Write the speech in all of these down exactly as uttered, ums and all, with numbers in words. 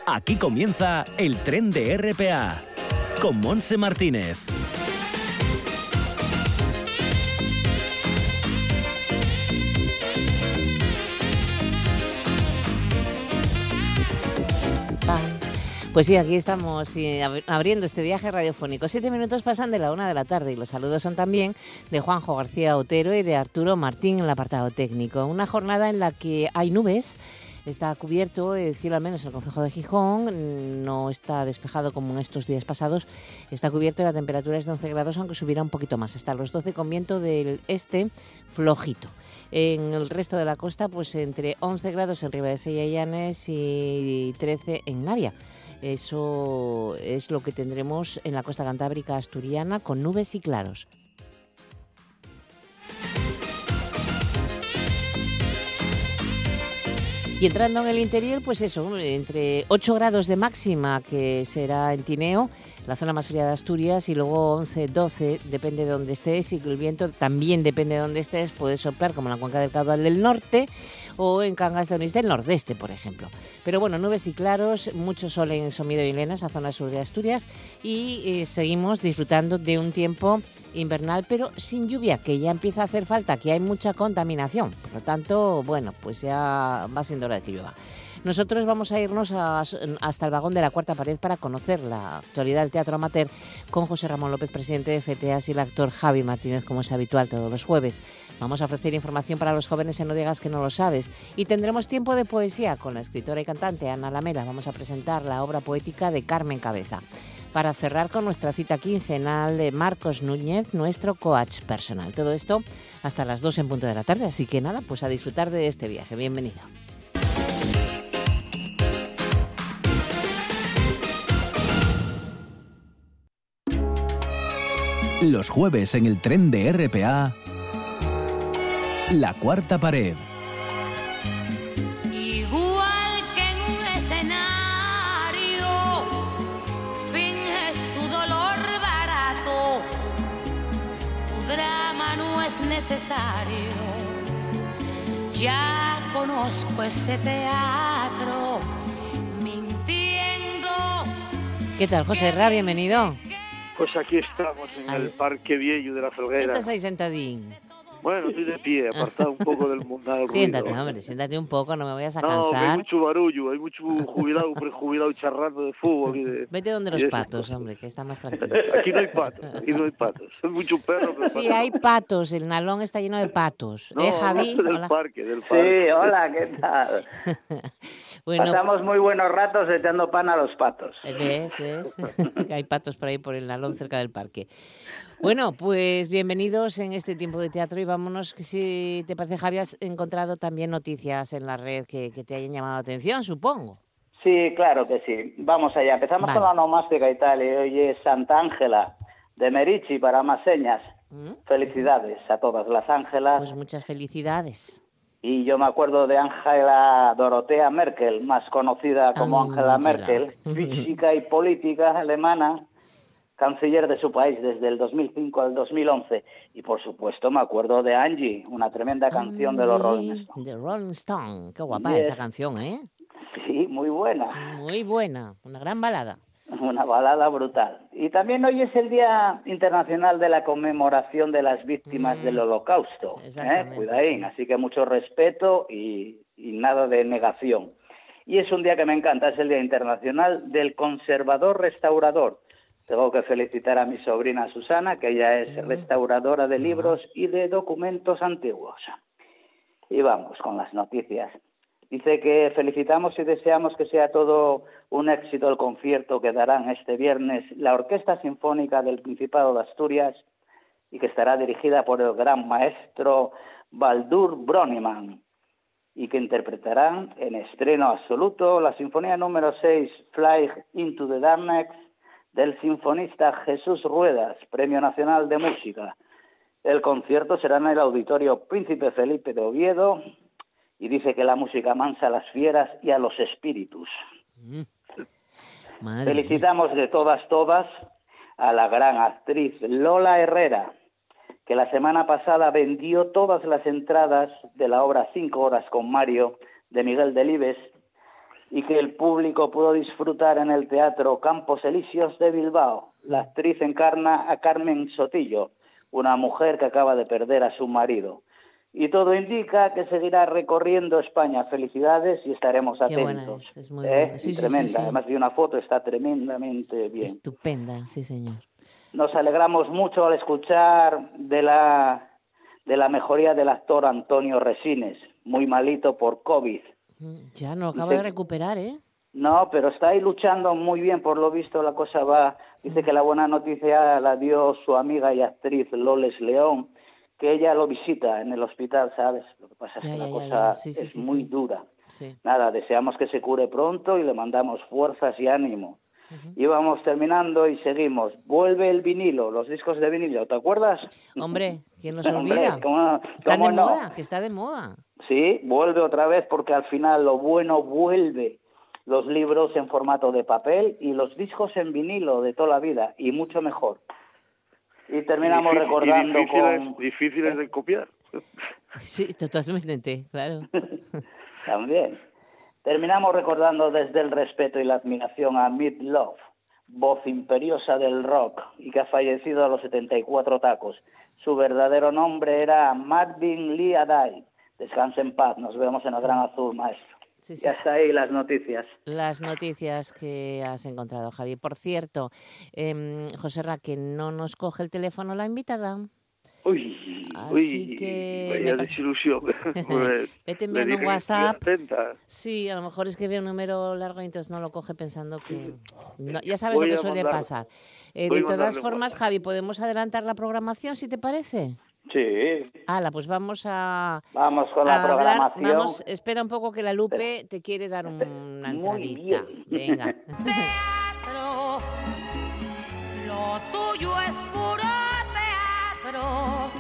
Aquí comienza el tren de R P A con Montse Martínez. Pues sí, aquí estamos abriendo este viaje radiofónico. Siete minutos pasan de la una de la tarde y los saludos son también de Juanjo García Otero y de Arturo Martín en el apartado técnico. Una jornada en la que hay nubes. Está cubierto el cielo, al menos en el concejo de Gijón, no está despejado como en estos días pasados, está cubierto y la temperatura es de once grados, aunque subirá un poquito más, hasta los doce con viento del este flojito. En el resto de la costa, pues entre once grados en Ribadesella y Llanes y trece en Navia. Eso es lo que tendremos en la costa cantábrica asturiana, con nubes y claros. Y entrando en el interior, pues eso, entre ocho grados de máxima, que será en Tineo, la zona más fría de Asturias, y luego once, doce, depende de dónde estés, y el viento también depende de dónde estés, puede soplar como en la cuenca del Caudal del Norte o en Cangas de Onís del Nordeste, por ejemplo. Pero bueno, nubes y claros, mucho sol en Somiedo y Lenas, a zona sur de Asturias, y eh, seguimos disfrutando de un tiempo invernal, pero sin lluvia, que ya empieza a hacer falta, que hay mucha contaminación. Por lo tanto, bueno, pues ya va siendo hora de que llueva. Nosotros vamos a irnos a, hasta el vagón de la Cuarta Pared para conocer la actualidad del teatro amateur con José Ramón López, presidente de FETEAS, y el actor Javi Martínez, como es habitual todos los jueves. Vamos a ofrecer información para los jóvenes en No digas que no lo sabes, y tendremos tiempo de poesía con la escritora y cantante Ana Lamela. Vamos a presentar la obra poética de Carmen Cabeza, para cerrar con nuestra cita quincenal de Marcos Núñez, nuestro coach personal. Todo esto hasta las dos en punto de la tarde, así que nada, pues a disfrutar de este viaje. Bienvenido. Los jueves en el tren de R P A, La Cuarta Pared. Igual que en un escenario, finges tu dolor barato, tu drama no es necesario. Ya conozco ese teatro, mintiendo. ¿Qué tal, José Ra? Bienvenido. Pues aquí estamos en Ay. el Parque Viejo de la Felguera. ¿Estás ahí sentadín? Bueno, estoy de pie, apartado un poco del mundial. Siéntate, hombre, siéntate un poco, no me vayas a no, cansar. No, hay mucho barullo, hay mucho jubilado, prejubilado charrando de fútbol. Y de, Vete donde los patos, cosas. Hombre, que está más tranquilo. Aquí no hay patos, aquí no hay patos. Hay mucho perro. Pero sí, patos. hay patos, el Nalón está lleno de patos. No, ¿Eh, Javi? del hola. parque, del parque. Sí, hola, ¿qué tal? bueno, pasamos muy buenos ratos echando pan a los patos. ¿Ves? ¿Ves? Hay patos por ahí, por el Nalón, cerca del parque. Bueno, pues bienvenidos en este tiempo de teatro y vámonos, si te parece, Javi, has encontrado también noticias en la red que, que te hayan llamado la atención, supongo. Sí, claro que sí. Vamos allá, empezamos vale. con la onomástica y tal, y hoy es Santa Ángela de Merici para más señas. ¿Mm? Felicidades a todas las Ángelas. Pues muchas felicidades. Y yo me acuerdo de Angela Dorothea Merkel, más conocida como Angela Merkel, física y política alemana, canciller de su país desde el dos mil cinco al dos mil once. Y por supuesto me acuerdo de Angie, una tremenda canción Angie, de los Rolling Stones. De Rolling Stone, qué guapa yes. esa canción, ¿eh? Sí, muy buena. Muy buena, una gran balada. Una balada brutal. Y también hoy es el Día Internacional de la Conmemoración de las Víctimas mm. del Holocausto. ¿eh? Cuidadín, sí. Así que mucho respeto y, y nada de negación. Y es un día que me encanta, es el Día Internacional del Conservador Restaurador. Tengo que felicitar a mi sobrina Susana, que ella es restauradora de libros y de documentos antiguos. Y vamos con las noticias. Dice que felicitamos y deseamos que sea todo un éxito el concierto que darán este viernes la Orquesta Sinfónica del Principado de Asturias y que estará dirigida por el gran maestro Baldur Brönnimann y que interpretarán en estreno absoluto la Sinfonía número seis, Fly into the Darkness, del sinfonista Jesús Ruedas, Premio Nacional de Música. El concierto será en el Auditorio Príncipe Felipe de Oviedo y dice que la música mansa a las fieras y a los espíritus. Mm. Felicitamos de todas, todas a la gran actriz Lola Herrera, que la semana pasada vendió todas las entradas de la obra Cinco Horas con Mario de Miguel Delibes y que el público pudo disfrutar en el Teatro Campos Elíseos de Bilbao. La actriz encarna a Carmen Sotillo, una mujer que acaba de perder a su marido. Y todo indica que seguirá recorriendo España. Felicidades y estaremos atentos. Qué buena es, es muy ¿Eh? buena. Sí, Tremenda. sí, sí, sí. Además de una foto, está tremendamente bien. Estupenda, sí, señor. Nos alegramos mucho al escuchar de la, de la mejoría del actor Antonio Resines, muy malito por COVID. Ya no acaba de recuperar, ¿eh? No, pero está ahí luchando muy bien, por lo visto la cosa va. Dice que la buena noticia la dio su amiga y actriz Loles León, que ella lo visita en el hospital, ¿sabes? Lo que pasa es ya, que ya, la ya, cosa ya. Sí, sí, es sí, muy sí. dura. Sí. Nada, deseamos que se cure pronto y le mandamos fuerzas y ánimo. Uh-huh. Y vamos terminando y seguimos. Vuelve el vinilo, los discos de vinilo, ¿te acuerdas? Hombre, ¿quién nos olvida? Hombre, ¿cómo, está cómo de no? moda, que está de moda. Sí, vuelve otra vez porque al final lo bueno vuelve. Los libros en formato de papel y los discos en vinilo de toda la vida, y mucho mejor. Y terminamos Difícil, recordando y difíciles, con... difíciles de copiar. Sí, totalmente, claro. También. Terminamos recordando desde el respeto y la admiración a Meat Loaf, voz imperiosa del rock y que ha fallecido a los setenta y cuatro tacos. Su verdadero nombre era Marvin Lee Aday. Descanse en paz, nos vemos en el sí. Gran Azul, maestro. Sí, sí. Y hasta ahí las noticias. Las noticias que has encontrado, Javi. Por cierto, eh, José Ra, que no nos coge el teléfono la invitada. Uy, Así uy, que vaya me... desilusión. Pues, vete enviando un WhatsApp. Atenta. Sí, a lo mejor es que ve un número largo y entonces no lo coge pensando que... No, ya sabes voy lo que suele mandar, pasar. Eh, de todas formas, Javi, ¿podemos adelantar la programación, si te parece? Sí. Hala, pues vamos a... Vamos con a la programación. Hablar. Vamos, espera un poco que la Lupe te quiere dar una entradita. Venga. Teatro, lo tuyo es puro teatro,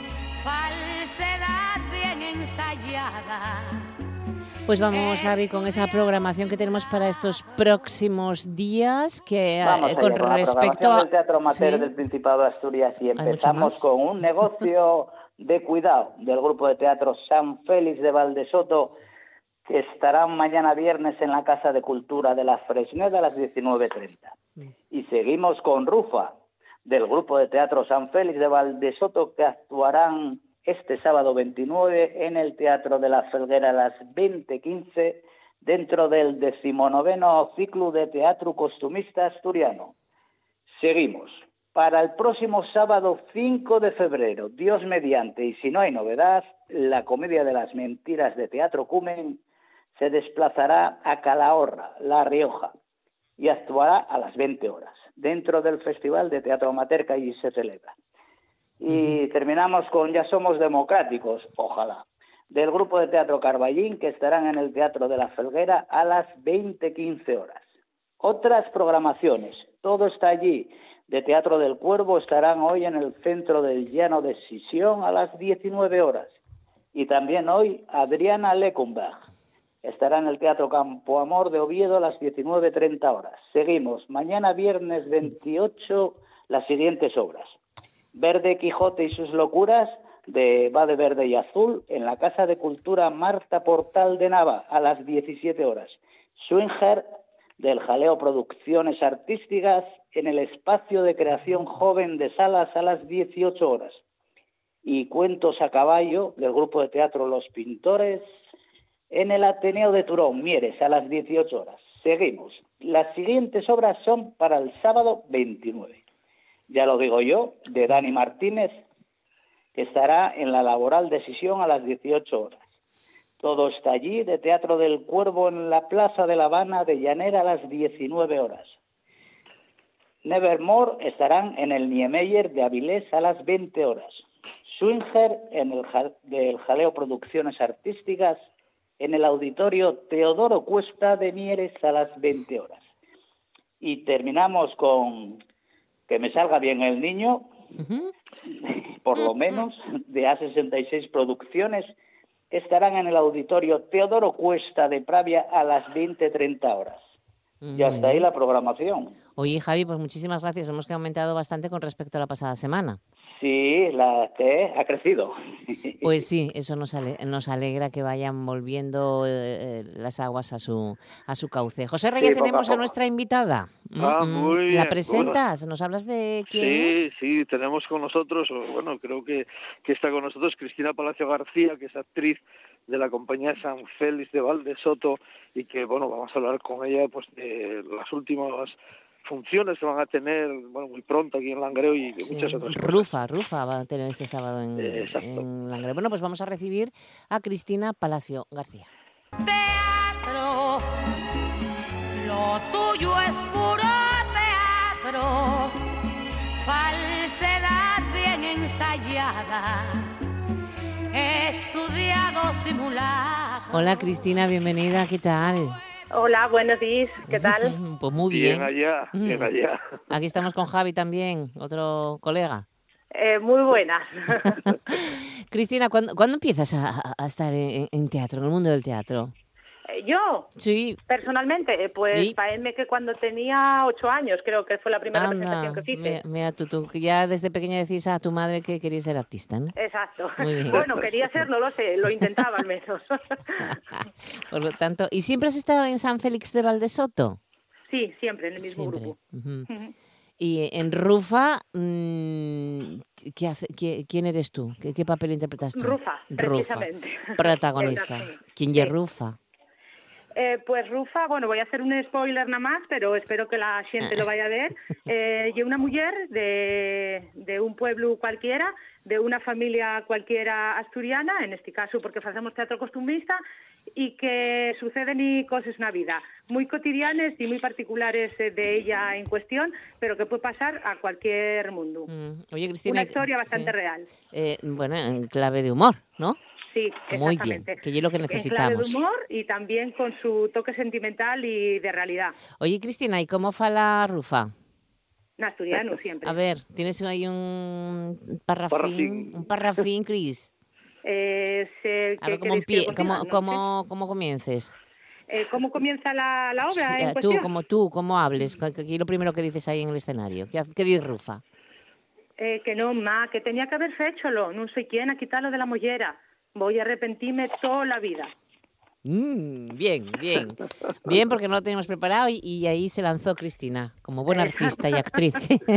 falsedad bien ensayada. Pues vamos, Javi, con esa programación que tenemos para estos próximos días, que vamos eh, con allá, con respecto la a... del Teatro Amateur ¿Sí? del Principado de Asturias, y empezamos con un negocio de cuidado del grupo de teatro San Félix de Valdesoto, que estarán mañana viernes en la Casa de Cultura de la Fresneda a las diecinueve treinta. Mm. Y seguimos con Rufa, del grupo de teatro San Félix de Valdesoto, que actuarán este sábado veintinueve en el Teatro de la Felguera a las veinte quince, dentro del decimonoveno ciclo de teatro costumista asturiano. Seguimos. Para el próximo sábado cinco de febrero, Dios mediante, y si no hay novedad, la Comedia de las Mentiras de Teatro Cumen se desplazará a Calahorra, La Rioja, y actuará a las veinte horas, dentro del Festival de Teatro Amateur que allí se celebra. Y uh-huh. terminamos con Ya Somos Democráticos, ojalá, del grupo de teatro Carballín, que estarán en el Teatro de la Felguera a las veinte quince horas. Otras programaciones, todo está allí. De Teatro del Cuervo estarán hoy en el Centro del Llano de Sisión a las diecinueve horas. Y también hoy Adriana Leckenberg estará en el Teatro Campo Amor de Oviedo a las diecinueve treinta horas. Seguimos, mañana viernes veintiocho, las siguientes obras. Verde Quijote y sus locuras, de Va de Verde y Azul, en la Casa de Cultura Marta Portal de Nava a las diecisiete horas. Swinger, del Jaleo Producciones Artísticas, en el Espacio de Creación Joven de Salas a las dieciocho horas. Y Cuentos a Caballo, del grupo de teatro Los Pintores, en el Ateneo de Turón, Mieres, a las dieciocho horas. Seguimos. Las siguientes obras son para el sábado veintinueve. Ya lo digo yo, de Dani Martínez, que estará en la Laboral de Sisión a las dieciocho horas. Todo está allí, de Teatro del Cuervo en la Plaza de La Habana de Llanera a las diecinueve horas. Nevermore estarán en el Niemeyer de Avilés a las veinte horas. Swinger en el del Jaleo Producciones Artísticas en el Auditorio Teodoro Cuesta de Mieres a las veinte horas. Y terminamos con Que me salga bien el niño, uh-huh. por lo menos, de A sesenta y seis Producciones, estarán en el Auditorio Teodoro Cuesta de Pravia a las veinte treinta horas. Uh-huh. Y hasta ahí la programación. Oye, Javi, pues muchísimas gracias. Vemos que ha aumentado bastante con respecto a la pasada semana. Sí, la T ha crecido. Pues sí, eso nos, ale nos alegra que vayan volviendo eh, las aguas a su a su cauce. José Rey, sí, ya tenemos a, a nuestra invitada. Ah, muy bien. ¿La presentas? ¿Nos hablas de quién sí, es? Sí, sí, tenemos con nosotros, bueno, creo que, que está con nosotros Cristina Palacio García, que es actriz de la compañía San Félix de Valdesoto, y que, bueno, vamos a hablar con ella pues de las últimas funciones que van a tener, bueno, muy pronto aquí en Langreo y de sí, muchas otras cosas. Rufa, Rufa va a tener este sábado en, eh, en Langreo. Bueno, pues vamos a recibir a Cristina Palacio García. Teatro, lo tuyo es puro teatro, falsedad bien ensayada, estudiado simulado. Hola Cristina, bienvenida, ¿qué tal? Hola, buenos días, ¿qué tal? Pues muy bien. Bien allá, bien allá. Aquí estamos con Javi también, otro colega. Eh, muy buenas. Cristina, ¿cuándo, ¿cuándo empiezas a, a estar en, en teatro, en el mundo del teatro? ¿Yo? Sí. Personalmente, pues ¿Sí? parece que cuando tenía ocho años, creo que fue la primera Anda, representación que hice. Mira, mira tú, tú, que ya desde pequeña decís a tu madre que querías ser artista, ¿no? Exacto. Muy bien. Bueno, quería ser, no lo sé, lo intentaba al menos. Por lo tanto, ¿y siempre has estado en San Félix de Valdesoto? Sí, siempre, en el mismo siempre. grupo. Uh-huh. Uh-huh. Y en Rufa, mmm, ¿qué hace, qué, ¿quién eres tú? ¿Qué, ¿Qué papel interpretas tú? Rufa, precisamente. Rufa, protagonista. ¿Quién sí. es Rufa? Eh, pues Rufa, bueno, voy a hacer un spoiler nada más, pero espero que la gente lo vaya a ver. Eh, y una mujer de, de un pueblo cualquiera, de una familia cualquiera asturiana, en este caso porque hacemos teatro costumbrista, y que suceden y cosas en la vida muy cotidianas y muy particulares de ella en cuestión, pero que puede pasar a cualquier mundo. Mm. Oye, Cristina, una historia bastante sí. real. Eh, bueno, en clave de humor, ¿no? Sí, muy exactamente. bien, que es lo que necesitamos. En clave de humor y también con su toque sentimental y de realidad. Oye, Cristina, ¿y cómo fala Rufa? En asturiano, siempre. A ver, ¿tienes ahí un parrafín? Parrafín. Un parrafín, Cris. Eh, sé, a ver, ¿cómo, empie que cómo, no cómo, sé. ¿Cómo comiences? Eh, ¿Cómo comienza la, la obra sí, en tú, cuestión? como tú, ¿cómo hables? Aquí lo primero que dices ahí en el escenario. ¿Qué, qué dice Rufa? Eh, que no, ma, que tenía que haber fecholo. No soy quien a quitarlo de la mollera. Voy a arrepentirme toda la vida. Mm, bien, bien. Bien, porque no lo teníamos preparado y, y ahí se lanzó Cristina, como buena artista y actriz.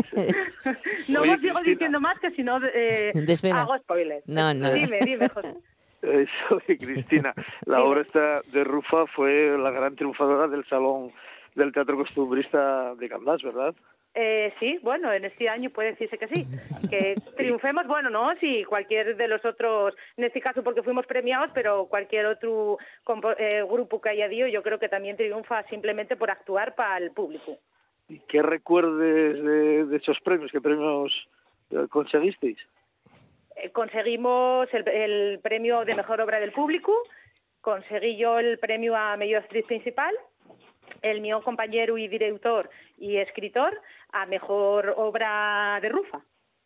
No Oye, os sigo diciendo más que si no eh, hago spoilers. No, no. Dime, dime, José. Eso, Cristina, la sí. obra esta de Rufa fue la gran triunfadora del Salón del Teatro Costumbrista de Candás, ¿verdad? Eh, sí, bueno, en este año puede decirse que sí, que triunfemos, bueno, no, si cualquier de los otros, en este caso porque fuimos premiados, pero cualquier otro eh, grupo que haya dio, yo creo que también triunfa simplemente por actuar para el público. ¿Y qué recuerdes de, de esos premios? ¿Qué premios conseguisteis? Eh, conseguimos el, el premio de Mejor Obra del Público, conseguí yo el premio a Mejor Actriz Principal, el mío compañero y director y escritor a Mejor Obra de Rufa.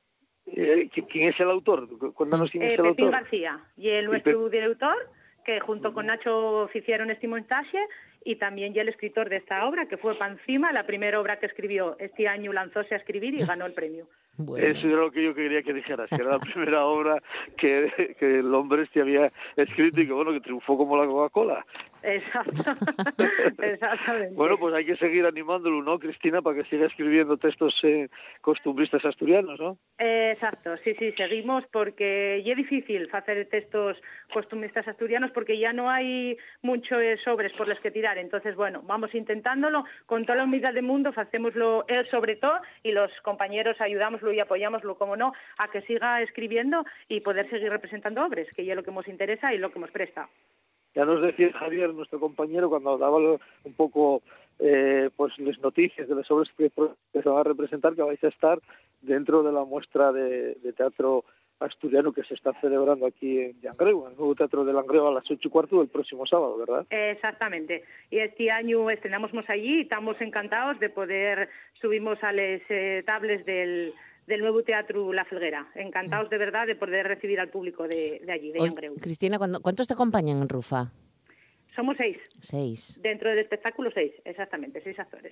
Eh, ¿Quién es el autor? Cuéntanos quién eh, es el Pepín autor. García, y el nuestro Pe director, que junto con Nacho hicieron este montaje, y también ya el escritor de esta obra, que fue Pancima, la primera obra que escribió. Este año lanzóse a escribir y ganó el premio. Bueno. Eso era lo que yo quería que dijeras, que era la primera obra que, que el hombre este había escrito y que bueno, que triunfó como la Coca-Cola. Exacto. Exactamente. Bueno, pues hay que seguir animándolo, ¿no, Cristina? Para que siga escribiendo textos eh, costumbristas asturianos, ¿no? Eh, exacto, sí, sí, seguimos porque ya es difícil hacer textos costumbristas asturianos porque ya no hay muchos sobres por los que tirar. Entonces, bueno, vamos intentándolo con toda la humildad del mundo, hacémoslo él sobre todo y los compañeros ayudámoslo y apoyámoslo, como no, a que siga escribiendo y poder seguir representando obras, que ya es lo que nos interesa y lo que nos presta. Ya nos decía Javier, nuestro compañero, cuando daba un poco eh, pues las noticias de las obras que, que se van a representar, que vais a estar dentro de la muestra de, de teatro asturiano que se está celebrando aquí en Langreo, el nuevo Teatro de Langreo a las ocho y cuarto del próximo sábado, ¿verdad? Exactamente. Y este año estrenamos allí y estamos encantados de poder subirnos a las eh, tables del... del nuevo Teatro La Felguera. Encantados de verdad de poder recibir al público de, de allí, de Langreo. Cristina, ¿cuántos te acompañan en Rufa? Somos seis. Seis. Dentro del espectáculo seis, exactamente, seis actores.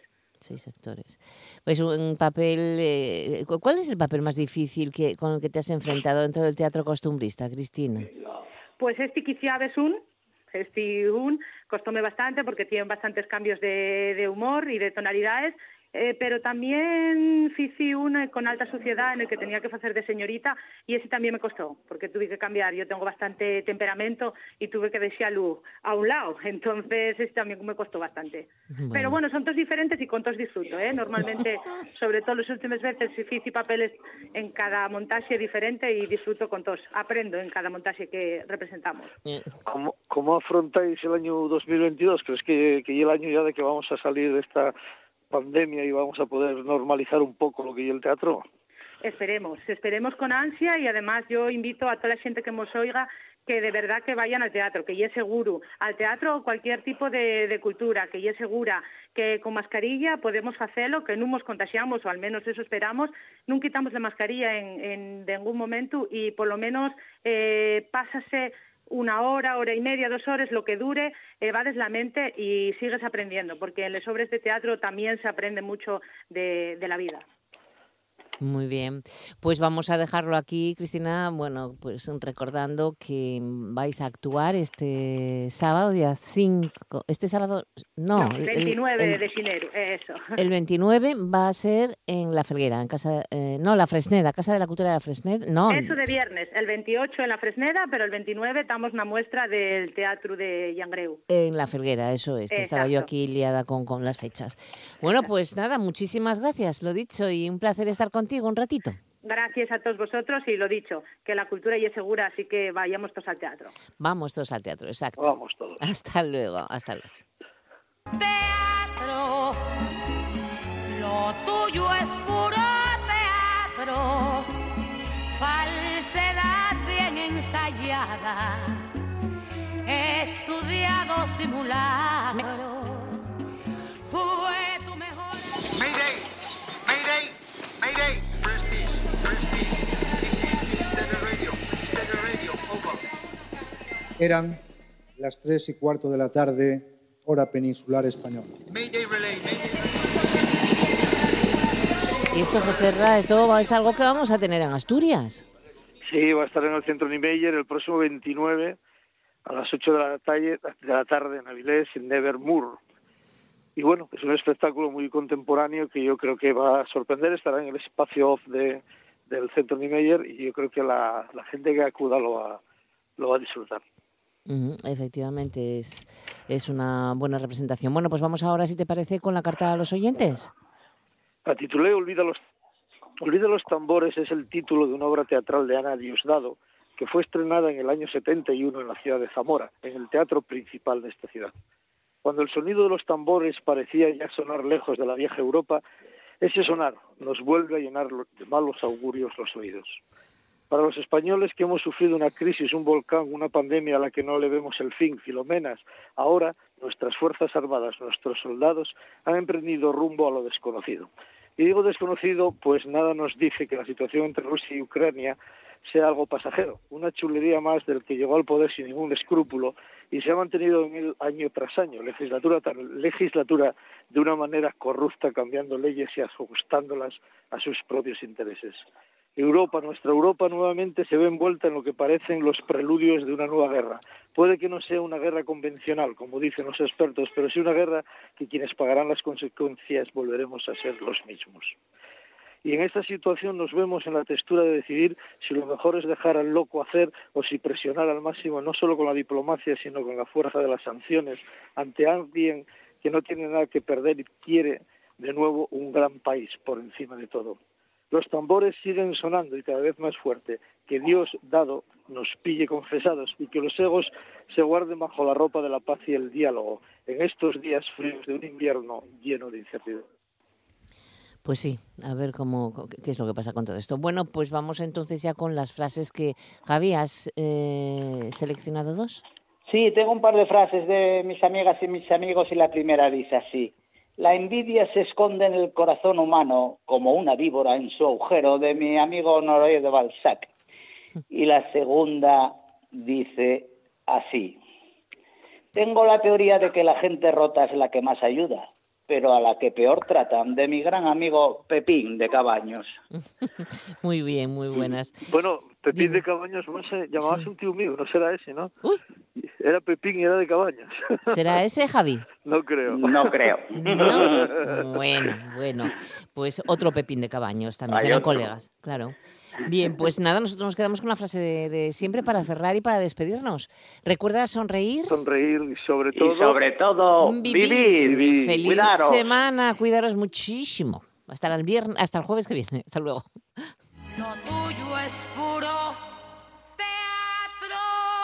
Seis actores. Pues un papel... Eh, ¿Cuál es el papel más difícil que, con el que te has enfrentado dentro del teatro costumbrista, Cristina? Pues este quizá es un... Este un costóme bastante porque tienen bastantes cambios de, de humor y de tonalidades, eh, pero también hice una con alta sociedad en el que tenía que hacer de señorita y ese también me costó, porque tuve que cambiar. Yo tengo bastante temperamento y tuve que dejarlo a un lado, entonces ese también me costó bastante. Bueno. Pero bueno, son todos diferentes y con todos disfruto, ¿eh? Normalmente, sobre todo las últimas veces, hice papeles en cada montaje diferente y disfruto con todos. Aprendo en cada montaje que representamos. ¿Cómo, cómo afrontáis el año dos mil veintidós? ¿Crees que, que ya el año ya de que vamos a salir de esta pandemia y vamos a poder normalizar un poco lo que es el teatro? Esperemos, esperemos con ansia y además yo invito a toda la gente que nos oiga que de verdad que vayan al teatro, que ya es seguro, al teatro o cualquier tipo de, de cultura, que ya es segura, que con mascarilla podemos hacerlo, que no nos contagiamos, o al menos eso esperamos, no quitamos la mascarilla en, en de ningún momento y por lo menos eh, pásase una hora, hora y media, dos horas, lo que dure, evades la mente y sigues aprendiendo, porque en las obras de teatro también se aprende mucho de, de la vida. Muy bien, pues vamos a dejarlo aquí, Cristina, bueno, pues recordando que vais a actuar este sábado, día cinco, este sábado, no, no veintinueve el, el, de enero, eso. El veintinueve va a ser en La Felguera, en casa, eh, no, La Fresneda, Casa de la Cultura de La Fresneda, no. Eso de viernes, el veintiocho en La Fresneda, pero el veintinueve estamos una muestra del teatro de Llangreu. En La Felguera, eso es, que estaba yo aquí liada con, con las fechas. Bueno, pues nada, muchísimas gracias, lo dicho, y un placer estar contigo un ratito. Gracias a todos vosotros y lo dicho, que la cultura ya es segura, así que vayamos todos al teatro. Vamos todos al teatro, exacto. Vamos todos. Hasta luego, hasta luego. Teatro, lo tuyo es puro teatro, falsedad bien ensayada, estudiado simulacro, fue tu mejor... Mayday, Mayday, Mayday, Prestige, Prestige, this is Ministerio Radio, Ministerio Radio, over. Eran las tres y cuarto de la tarde, hora peninsular española. Mayday Relay, Mayday Relay. Y esto, José Ra, esto es algo que vamos a tener en Asturias. Sí, va a estar en el Centro Niemeyer el próximo veintinueve a las ocho de la tarde, de la tarde en Avilés, en Nevermore. Y bueno, es un espectáculo muy contemporáneo que yo creo que va a sorprender, estará en el espacio off de, del Centro Niemeyer y yo creo que la, la gente que acuda lo va, lo va a disfrutar. Uh-huh, efectivamente, es, es una buena representación. Bueno, pues vamos ahora, si te parece, con la carta a los oyentes. La titulé Olvida los, Olvida los tambores es el título de una obra teatral de Ana Diosdado que fue estrenada en el año setenta y uno en la ciudad de Zamora, en el teatro principal de esta ciudad. Cuando el sonido de los tambores parecía ya sonar lejos de la vieja Europa, ese sonar nos vuelve a llenar de malos augurios los oídos. Para los españoles que hemos sufrido una crisis, un volcán, una pandemia a la que no le vemos el fin, Filomenas, ahora nuestras Fuerzas Armadas, nuestros soldados, han emprendido rumbo a lo desconocido. Y digo desconocido, pues nada nos dice que la situación entre Rusia y Ucrania sea algo pasajero, una chulería más del que llegó al poder sin ningún escrúpulo y se ha mantenido en él año tras año, legislatura tras legislatura, de una manera corrupta, cambiando leyes y ajustándolas a sus propios intereses. Europa, nuestra Europa, nuevamente se ve envuelta en lo que parecen los preludios de una nueva guerra. Puede que no sea una guerra convencional, como dicen los expertos, pero sí una guerra que quienes pagarán las consecuencias volveremos a ser los mismos. Y en esta situación nos vemos en la textura de decidir si lo mejor es dejar al loco hacer o si presionar al máximo, no solo con la diplomacia, sino con la fuerza de las sanciones, ante alguien que no tiene nada que perder y quiere de nuevo un gran país por encima de todo. Los tambores siguen sonando y cada vez más fuerte. Que Dios, dado, nos pille confesados y que los egos se guarden bajo la ropa de la paz y el diálogo en estos días fríos de un invierno lleno de incertidumbre. Pues sí, a ver cómo qué es lo que pasa con todo esto. Bueno, pues vamos entonces ya con las frases que... Javi, ¿has eh, seleccionado dos? Sí, tengo un par de frases de mis amigas y mis amigos y la primera dice así. La envidia se esconde en el corazón humano como una víbora en su agujero, de mi amigo Honoré de Balzac. Y la segunda dice así. Tengo la teoría de que la gente rota es la que más ayuda, pero a la que peor tratan, de mi gran amigo Pepín de Cabaños. Muy bien, muy buenas. Bueno, Pepín Dime. de Cabaños, no sé, llamabas Sí. un tío mío, no será ese, ¿no? Uy. Era Pepín y era de Cabaños. ¿Será ese, Javi? No creo. No creo. No. Bueno, bueno. Pues otro Pepín de Cabaños, también Hay serán otro. colegas, claro. Bien, pues nada, nosotros nos quedamos con la frase de, de siempre para cerrar y para despedirnos. Recuerda sonreír. Sonreír y sobre todo... Y sobre todo, Vivir. vivir. Vivir. Feliz Cuidaros. semana, cuidaros muchísimo. Hasta el viernes, hasta el jueves que viene. Hasta luego. Lo tuyo es puro teatro.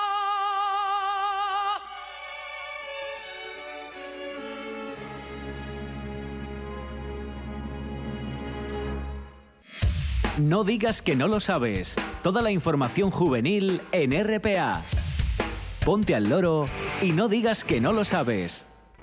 No digas que no lo sabes. Toda la información juvenil en R P A. Ponte al loro y no digas que no lo sabes.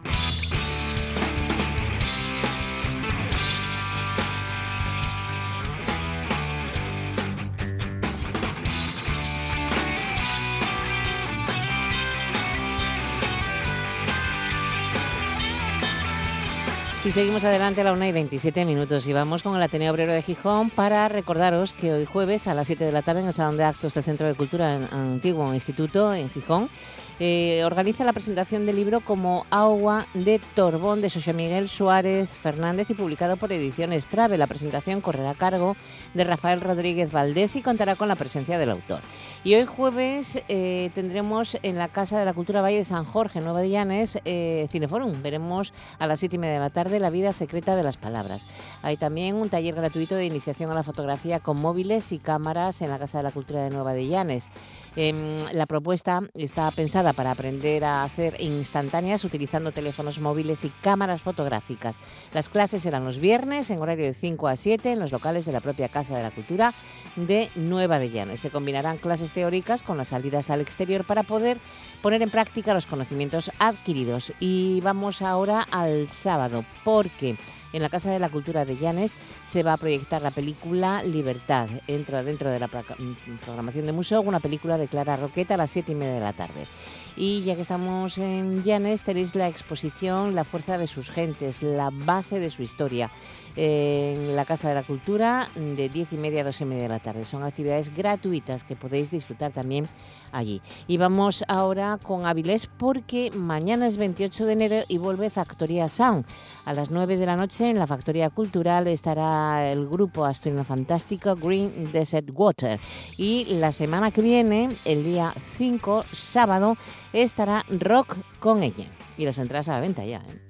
Y seguimos adelante a la una y veintisiete minutos y vamos con el Ateneo Obrero de Gijón para recordaros que hoy jueves a las siete de la tarde en el Salón de Actos del Centro de Cultura en Antiguo Instituto en Gijón eh, organiza la presentación del libro Como Agua de Torbón de José Miguel Suárez Fernández y publicado por Ediciones Trave. La presentación correrá a cargo de Rafael Rodríguez Valdés y contará con la presencia del autor. Y hoy jueves eh, tendremos en la Casa de la Cultura Valle de San Jorge, Nueva de Llanes, eh, Cineforum. Veremos a las siete y media de la tarde La vida secreta de las palabras. Hay también un taller gratuito de iniciación a la fotografía con móviles y cámaras en la Casa de la Cultura de Nueva de Llanes. Eh, la propuesta está pensada para aprender a hacer instantáneas utilizando teléfonos móviles y cámaras fotográficas. Las clases serán los viernes en horario de cinco a siete en los locales de la propia Casa de la Cultura de Nueva de Llanes. Se combinarán clases teóricas con las salidas al exterior para poder poner en práctica los conocimientos adquiridos. Y vamos ahora al sábado, porque en la Casa de la Cultura de Llanes se va a proyectar la película Libertad. Entra dentro de la programación de museo una película de Clara Roqueta a las siete y media de la tarde. Y ya que estamos en Llanes, tenéis la exposición La fuerza de sus gentes, la base de su historia, en la Casa de la Cultura de diez y media a dos y media de la tarde. Son actividades gratuitas que podéis disfrutar también allí. Y vamos ahora con Avilés porque mañana es veintiocho de enero y vuelve Factoría Sound. A las nueve de la noche en la Factoría Cultural estará el grupo asturiano fantástico Green Desert Water. Y la semana que viene, el día cinco, sábado, estará Rock con ella. Y las entradas a la venta ya, ¿eh?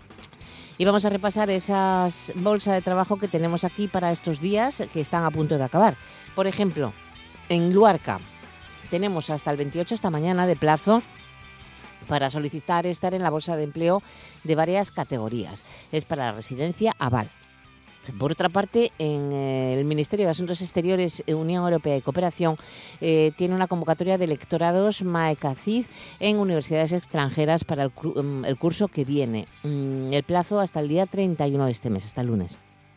Y vamos a repasar esas bolsas de trabajo que tenemos aquí para estos días que están a punto de acabar. Por ejemplo, en Luarca tenemos hasta el veintiocho, esta mañana, de plazo para solicitar estar en la bolsa de empleo de varias categorías. Es para la residencia Aval. Por otra parte, en el Ministerio de Asuntos Exteriores, Unión Europea y Cooperación eh, tiene una convocatoria de lectorados MAECACID en universidades extranjeras para el, el curso que viene. El plazo hasta el día treinta y uno de este mes, hasta el lunes.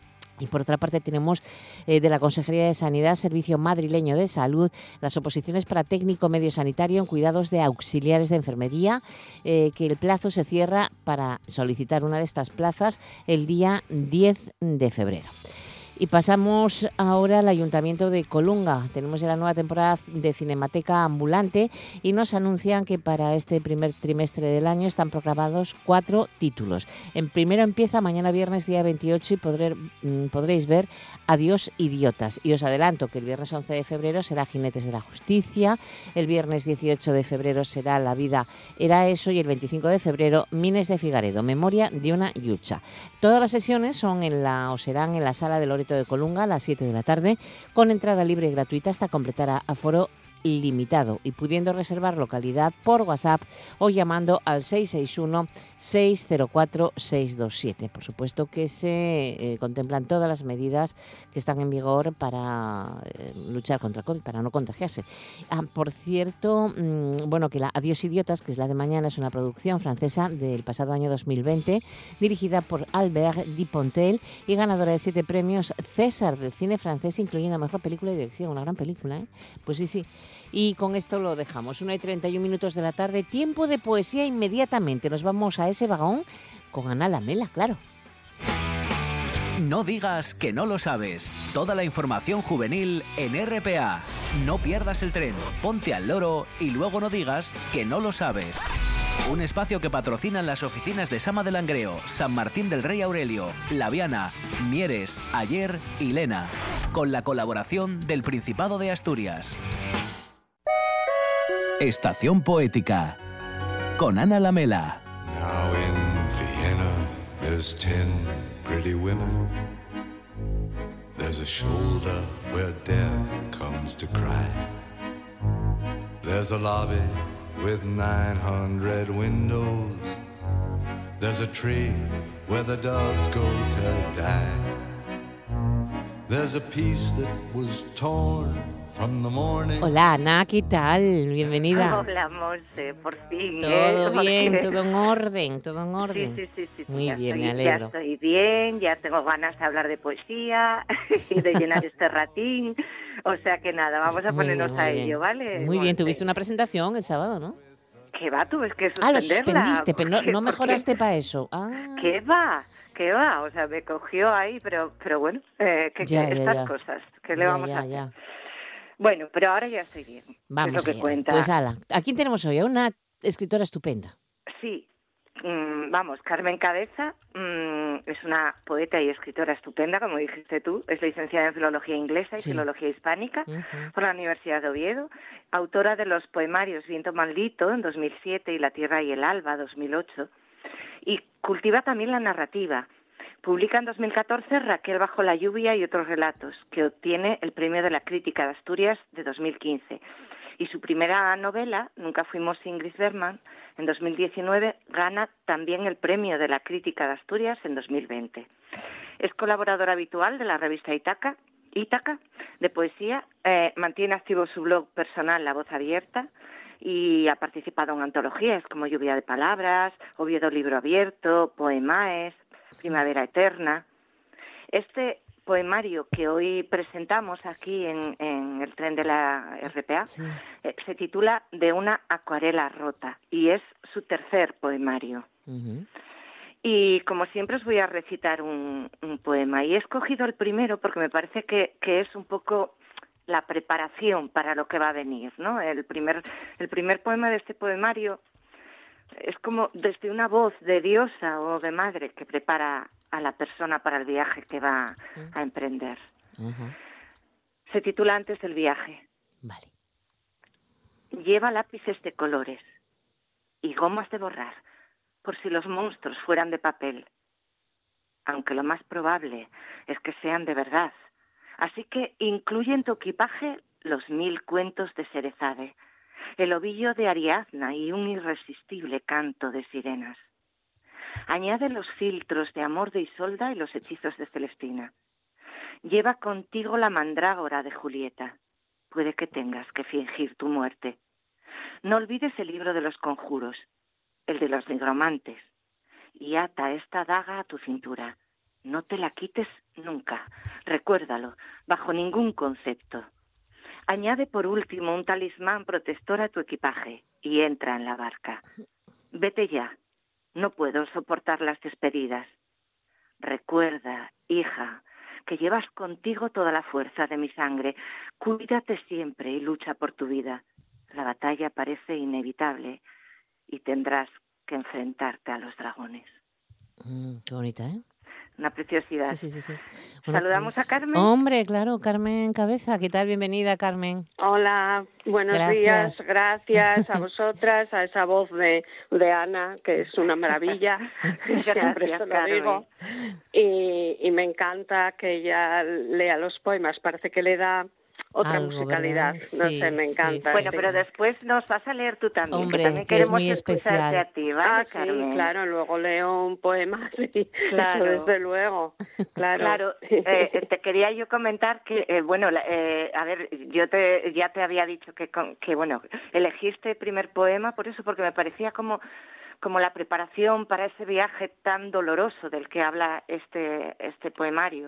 Y por otra parte tenemos eh, de la Consejería de Sanidad, Servicio Madrileño de Salud, las oposiciones para técnico medio sanitario en cuidados de auxiliares de enfermería, eh, que el plazo se cierra para solicitar una de estas plazas el día diez de febrero. Y pasamos ahora al Ayuntamiento de Colunga. Tenemos ya la nueva temporada de Cinemateca Ambulante y nos anuncian que para este primer trimestre del año están programados cuatro títulos. En primero empieza mañana viernes día veintiocho y podré, podréis ver Adiós Idiotas. Y os adelanto que el viernes once de febrero será Jinetes de la Justicia, el viernes dieciocho de febrero será La vida era eso y el veinticinco de febrero Mines de Figaredo, Memoria de una Yucha. Todas las sesiones son en la o serán en la Sala de Loreto de Colunga a las siete de la tarde, con entrada libre y gratuita hasta completar aforo limitado y pudiendo reservar localidad por WhatsApp o llamando al seis seis uno, seis cero cuatro, seis dos siete. Por supuesto que se eh, contemplan todas las medidas que están en vigor para eh, luchar contra para no contagiarse. Ah, por cierto, mmm, bueno, que la Adiós Idiotas, que es la de mañana, es una producción francesa del pasado año dos mil veinte, dirigida por Albert Dupontel y ganadora de siete premios César del cine francés, incluyendo Mejor Película y Dirección. Una gran película, ¿eh? Pues sí, sí. Y con esto lo dejamos. una y treinta y un minutos de la tarde, tiempo de poesía inmediatamente. Nos vamos a ese vagón con Ana Lamela, claro. No digas que no lo sabes. Toda la información juvenil en R P A. No pierdas el tren, ponte al loro y luego no digas que no lo sabes. Un espacio que patrocinan las oficinas de Sama de Langreo, San Martín del Rey Aurelio, Laviana, Mieres, Ayer y Lena, con la colaboración del Principado de Asturias. Estación Poética, con Ana Lamela. Now in Vienna there's ten pretty women. There's a shoulder where death comes to cry. There's a lobby with nine hundred windows. There's a tree where the dogs go to die. There's a piece that was torn from the morning. Hola Ana, ¿qué tal? Bienvenida. Hola Monse, por fin. Todo ¿eh? bien, Porque... todo en orden, todo en orden. Sí, sí, sí, sí. Muy ya bien, estoy, me alegro. Ya estoy bien, ya tengo ganas de hablar de poesía y de llenar este ratín. O sea que nada, vamos a Muy ponernos bien, a muy ello, bien. ¿vale? Muy bien, Monse? tuviste una presentación el sábado, ¿no? ¿Qué va? Tuve que Ah, lo suspenderla. suspendiste, pero no, porque- no porque- mejoraste para eso. Ah, ¿Qué va? ¿Qué va? O sea, me cogió ahí, pero pero bueno, eh, que, Ya, que ya, estas ya. cosas, ¿qué le ya, vamos ya, a hacer? ya. Bueno, pero ahora ya estoy bien. Vamos es lo que allá. cuenta. Pues ala, ¿a quién tenemos hoy? A una escritora estupenda. Sí, mm, vamos, Carmen Cabeza mm, es una poeta y escritora estupenda, como dijiste tú. Es licenciada en Filología Inglesa y Sí. Filología Hispánica Ujú. por la Universidad de Oviedo, autora de los poemarios Viento Maldito en dos mil siete y La Tierra y el Alba dos mil ocho, y cultiva también la narrativa. Publica en dos mil catorce Raquel bajo la lluvia y otros relatos, que obtiene el Premio de la Crítica de Asturias de dos mil quince. Y su primera novela, Nunca fuimos Ingrid Bergman, en dos mil diecinueve gana también el Premio de la Crítica de Asturias en dos mil veinte. Es colaboradora habitual de la revista Ítaca, Ítaca de poesía, eh, mantiene activo su blog personal La Voz Abierta y ha participado en antologías como Lluvia de Palabras, Oviedo Libro Abierto, Poemaes, Primavera Eterna. Este poemario que hoy presentamos aquí en, en el tren de la R P A Sí. eh, se titula De una acuarela rota y es su tercer poemario. Ujú. Y como siempre os voy a recitar un, un poema. Y he escogido el primero porque me parece que, que es un poco la preparación para lo que va a venir, ¿no? El primer, el primer poema de este poemario es como desde una voz de diosa o de madre que prepara a la persona para el viaje que va a emprender. Ujú. Se titula Antes del viaje. Vale. Lleva lápices de colores y gomas de borrar, por si los monstruos fueran de papel, aunque lo más probable es que sean de verdad. Así que incluye en tu equipaje los mil cuentos de Sherezade, el ovillo de Ariadna y un irresistible canto de sirenas. Añade los filtros de amor de Isolda y los hechizos de Celestina. Lleva contigo la mandrágora de Julieta. Puede que tengas que fingir tu muerte. No olvides el libro de los conjuros, el de los nigromantes, y ata esta daga a tu cintura. No te la quites nunca. Recuérdalo, bajo ningún concepto. Añade por último un talismán protector a tu equipaje y entra en la barca. Vete ya. No puedo soportar las despedidas. Recuerda, hija, que llevas contigo toda la fuerza de mi sangre. Cuídate siempre y lucha por tu vida. La batalla parece inevitable y tendrás que enfrentarte a los dragones. Mm, qué bonita, ¿eh? Una preciosidad. Sí, sí, sí, sí. Bueno, ¿Saludamos pues, a Carmen? Hombre, claro, Carmen Cabeza. ¿Qué tal? Bienvenida, Carmen. Hola, buenos Gracias. días, gracias a vosotras, a esa voz de, de Ana, que es una maravilla, siempre Gracias, se lo Carmen. digo, y, y me encanta que ella lea los poemas, parece que le da otra Algo, musicalidad, ¿verdad? no Sí, sé, me sí, encanta. sí. Bueno, sí. pero después nos vas a leer tú también, Hombre, que también que es queremos muy escucharte especial. a ti, ¿vale, Ah, sí, Carmen? claro, luego leo un poema, sí, Claro. eso desde luego, claro. Claro, eh, te quería yo comentar que, eh, bueno, la- eh, a ver, yo te, ya te había dicho que, con- que, bueno, elegiste el primer poema por eso, porque me parecía como, como la preparación para ese viaje tan doloroso del que habla este, este poemario.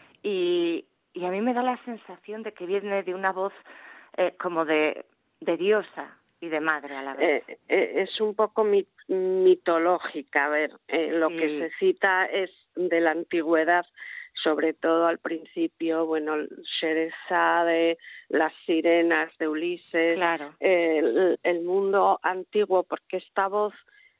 Y, y a mí me da la sensación de que viene de una voz eh, como de, de diosa, y de madre a la vez. Eh, eh, es un poco mit mitológica. A ver, eh, lo sí. que se cita es de la antigüedad, sobre todo al principio, bueno, Sherezade, las sirenas de Ulises, claro. eh, el, el mundo antiguo, porque esta voz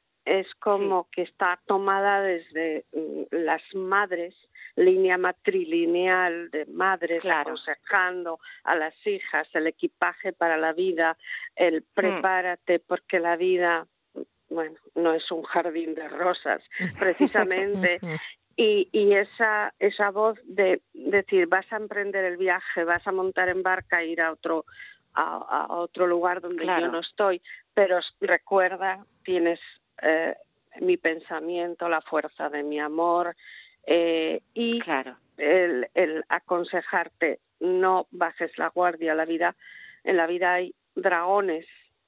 es como sí. que está tomada desde las madres, línea matrilineal de madres, claro. aconsejando a las hijas el equipaje para la vida, el prepárate mm. porque la vida, bueno, no es un jardín de rosas, precisamente. Y, y esa esa voz de decir, vas a emprender el viaje, vas a montar en barca e ir a otro a, a otro lugar donde claro. yo no estoy, pero recuerda, tienes eh, mi pensamiento, la fuerza de mi amor, eh, y claro. el, el aconsejarte, no bajes la guardia. La vida, en la vida hay dragones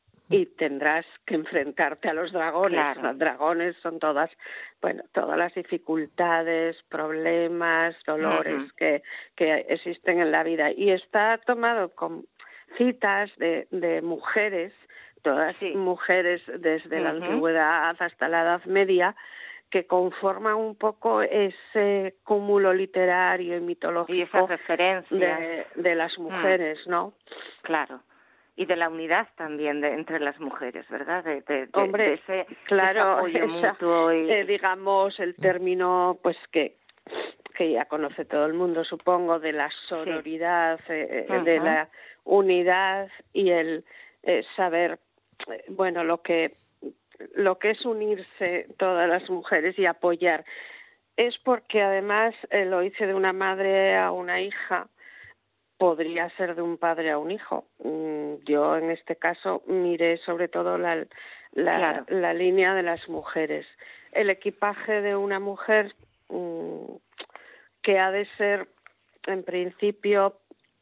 y tendrás que enfrentarte a los dragones. Claro. Los dragones son todas, bueno, todas las dificultades, problemas, dolores uh-huh. que, que existen en la vida. Y está tomado con citas de, de mujeres, todas sí. mujeres desde uh-huh. la antigüedad hasta la Edad Media, que conforman un poco ese cúmulo literario y mitológico y esas referencias de, de las mujeres, mm. ¿no? Claro. Y de la unidad también de, entre las mujeres, ¿verdad? De, de, de, Hombre, de ese, claro, ese apoyo esa, mutuo y... eh, digamos, el término, pues que que ya conoce todo el mundo, supongo, de la sororidad, sí. eh, uh-huh. de la unidad y el eh, saber, eh, bueno, lo que lo que es unirse todas las mujeres y apoyar. Es porque además eh, lo hice de una madre a una hija, podría ser de un padre a un hijo. Yo en este caso miré sobre todo la, la, claro. la línea de las mujeres. El equipaje de una mujer mmm, que ha de ser, en principio,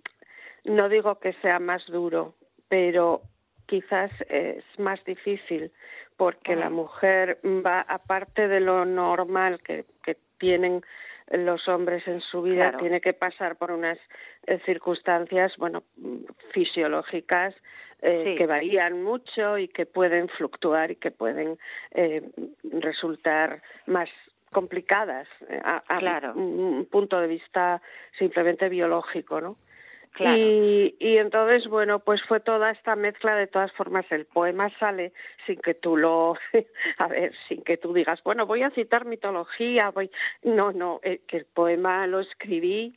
no digo que sea más duro, pero quizás es más difícil porque uh-huh. la mujer va, aparte de lo normal que, que tienen los hombres en su vida, claro. tiene que pasar por unas eh, circunstancias, bueno, fisiológicas eh, sí. que varían mucho y que pueden fluctuar y que pueden eh, resultar más complicadas a, a claro. un punto de vista simplemente biológico, ¿no? Claro. Y, y entonces, bueno, pues fue toda esta mezcla. De todas formas, el poema sale sin que tú lo, a ver, sin que tú digas, bueno, voy a citar mitología, voy, no, no, eh, que el poema lo escribí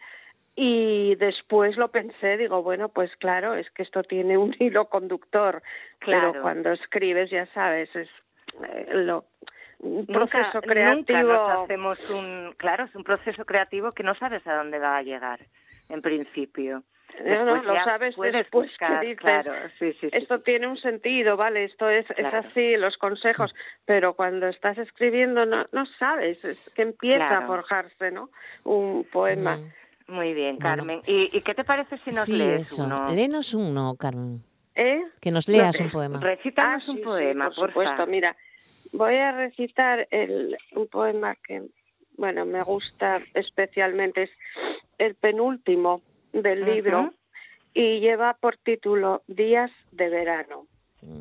y después lo pensé, digo, bueno, pues claro, es que esto tiene un hilo conductor, claro. pero cuando escribes, ya sabes, es eh, lo un proceso nunca, creativo. Nunca nos hacemos un, claro, es un proceso creativo que no sabes a dónde va a llegar, en principio. No, no, lo sabes después buscar, que dices, claro, sí, sí, sí, esto sí. tiene un sentido, vale, esto es, claro. es así, los consejos, pero cuando estás escribiendo no, no sabes, es que empieza claro. a forjarse, ¿no? Un poema. Mm. Muy bien, Carmen. Bueno. ¿Y, ¿Y qué te parece si nos sí, lees eso. uno? Léenos uno, Carmen. ¿Eh? Que nos leas no, un poema. Recítanos ah, un sí, poema, sí, por porfa. supuesto, mira, voy a recitar el, un poema que, bueno, me gusta especialmente, es el penúltimo del uh-huh. libro, y lleva por título Días de verano. Mm.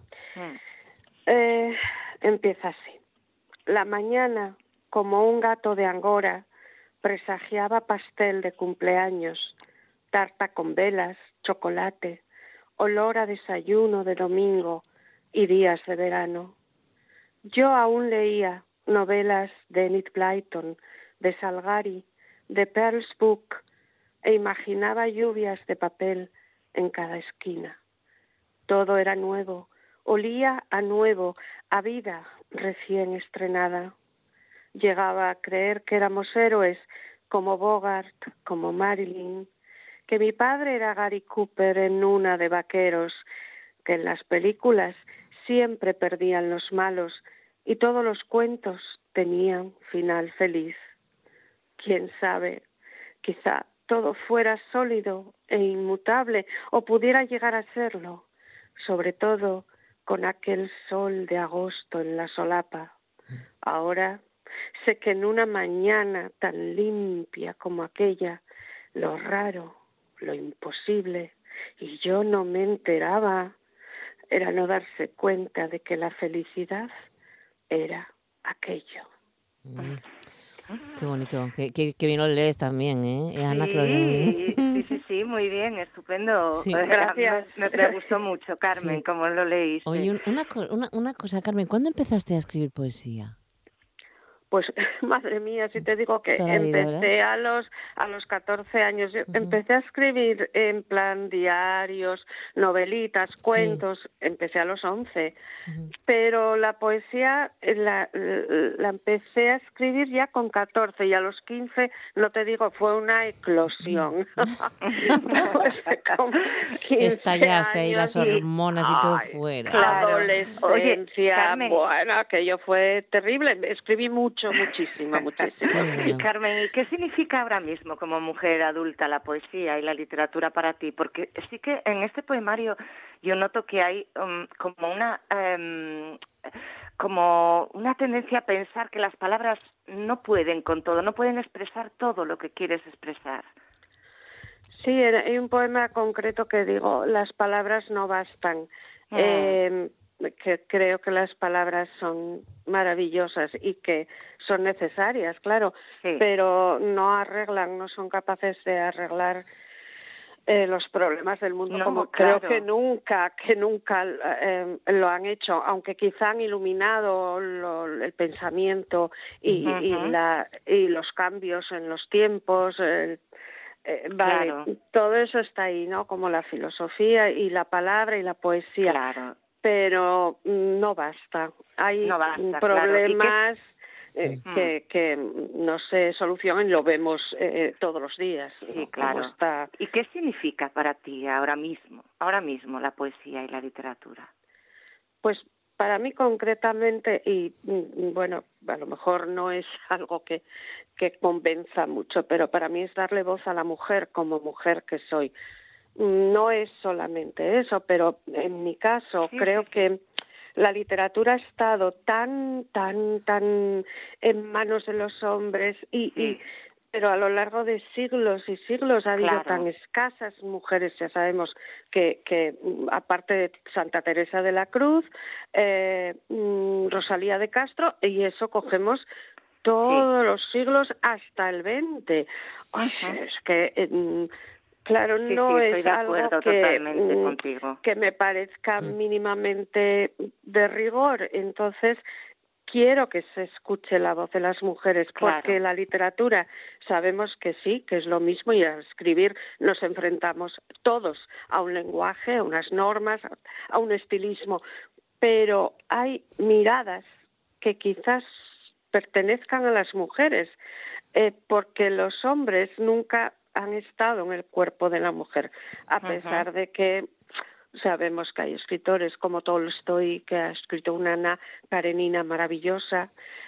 Eh, empieza así. La mañana, como un gato de Angora, presagiaba pastel de cumpleaños, tarta con velas, chocolate, olor a desayuno de domingo y días de verano. Yo aún leía novelas de Enid Blyton, de Salgari, de Pearl's Book, e imaginaba lluvias de papel en cada esquina. Todo era nuevo, olía a nuevo, a vida recién estrenada. Llegaba a creer que éramos héroes como Bogart, como Marilyn, que mi padre era Gary Cooper en una de vaqueros, que en las películas siempre perdían los malos y todos los cuentos tenían final feliz. Quién sabe, quizá todo fuera sólido e inmutable, o pudiera llegar a serlo, sobre todo con aquel sol de agosto en la solapa. Ahora sé que en una mañana tan limpia como aquella, lo raro, lo imposible, y yo no me enteraba, era no darse cuenta de que la felicidad era aquello. Mm. Qué bonito, qué, qué, qué bien lo lees también, ¿eh? Ana, sí, sí, sí, sí, muy bien, estupendo. Sí. Gracias. Me, me gustó mucho, Carmen, Sí. como lo leíste. Oye, una, una, una cosa, Carmen, ¿cuándo empezaste a escribir poesía? Pues, madre mía, si te digo que Toda la vida, empecé ¿verdad? a los a los catorce años, yo Ujú. empecé a escribir en plan diarios, novelitas, cuentos, empecé a los once, Ujú. pero la poesía eh, la, la empecé a escribir ya con catorce y a los quince, no te digo, fue una eclosión. Pues, con quince Estallaste ahí las años y- hormonas y todo ay, fuera. Claro. Adolescencia, Oye, Carmen. bueno, aquello fue terrible. Escribí mucho, muchísimo, muchísimo. Qué bueno. Carmen, ¿y qué significa ahora mismo como mujer adulta la poesía y la literatura para ti? Porque sí que en este poemario yo noto que hay um, como una um, como una tendencia a pensar que las palabras no pueden con todo, no pueden expresar todo lo que quieres expresar. Sí, hay un poema concreto que digo, las palabras no bastan. Mm. Eh, que creo que las palabras son maravillosas y que son necesarias, claro, Sí. pero no arreglan, no son capaces de arreglar eh, los problemas del mundo No, como claro. creo que nunca, que nunca eh, lo han hecho, aunque quizá han iluminado lo, el pensamiento y, Ujú. y, la, y los cambios en los tiempos. Eh, eh, vale, Claro. todo eso está ahí, ¿no? Como la filosofía y la palabra y la poesía. Claro. Pero no basta. Hay No basta, problemas claro. eh, Mm. que, que no se solucionan, lo vemos eh, todos los días. Sí, ¿no? claro. Cómo está. ¿Y qué significa para ti ahora mismo, ahora mismo la poesía y la literatura? Pues para mí concretamente, y mm, bueno, a lo mejor no es algo que, que convenza mucho, pero para mí es darle voz a la mujer como mujer que soy. No es solamente eso, pero en mi caso Sí, creo sí, sí. que la literatura ha estado tan, tan, tan en manos de los hombres y, Sí. y pero a lo largo de siglos y siglos ha habido Claro. tan escasas mujeres, ya sabemos que, que mm, aparte de Santa Teresa de la Cruz, eh, mm, Rosalía de Castro, y eso cogemos todos Sí. los siglos hasta el veinte. Ay, Ujú. es que eh, mm, claro, Sí, no sí, estoy es de algo acuerdo que, totalmente mm, contigo. que me parezca Mm. mínimamente de rigor. Entonces, quiero que se escuche la voz de las mujeres, Claro. porque la literatura sabemos que sí, que es lo mismo, y al escribir nos enfrentamos todos a un lenguaje, a unas normas, a un estilismo, pero hay miradas que quizás pertenezcan a las mujeres, eh, porque los hombres nunca han estado en el cuerpo de la mujer, a Ujú. pesar de que sabemos que hay escritores como Tolstoy, que ha escrito una Ana Karenina maravillosa,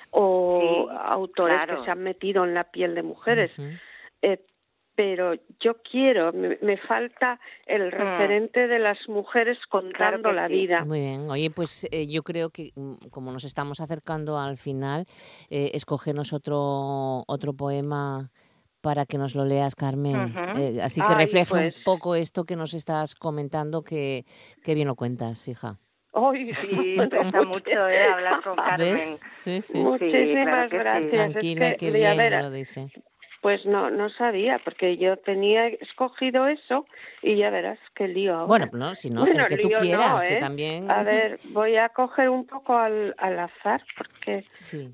o Sí, autores claro. que se han metido en la piel de mujeres. Ujú. Eh, pero yo quiero, me, me falta el referente de las mujeres contando Claro que la sí. vida. Muy bien. Oye, pues eh, yo creo que mm, como nos estamos acercando al final, eh, escógenos otro, otro poema para que nos lo leas, Carmen. Ujú. Eh, así que Ay, refleje pues, un poco esto que nos estás comentando, que, que bien lo cuentas, hija. ay, Sí, bueno, interesa mucho eh, hablar con Carmen. ¿Ves? Sí, sí. muchísimas claro que sí. gracias. Tranquila, es que que, ya bien verás, lo dice. pues no, no sabía, porque yo tenía escogido eso y ya verás qué lío ahora. Bueno, no, si no, Bueno, el que tú lío quieras, no, que ¿eh? también... A ver, voy a coger un poco al, al azar, porque... Sí.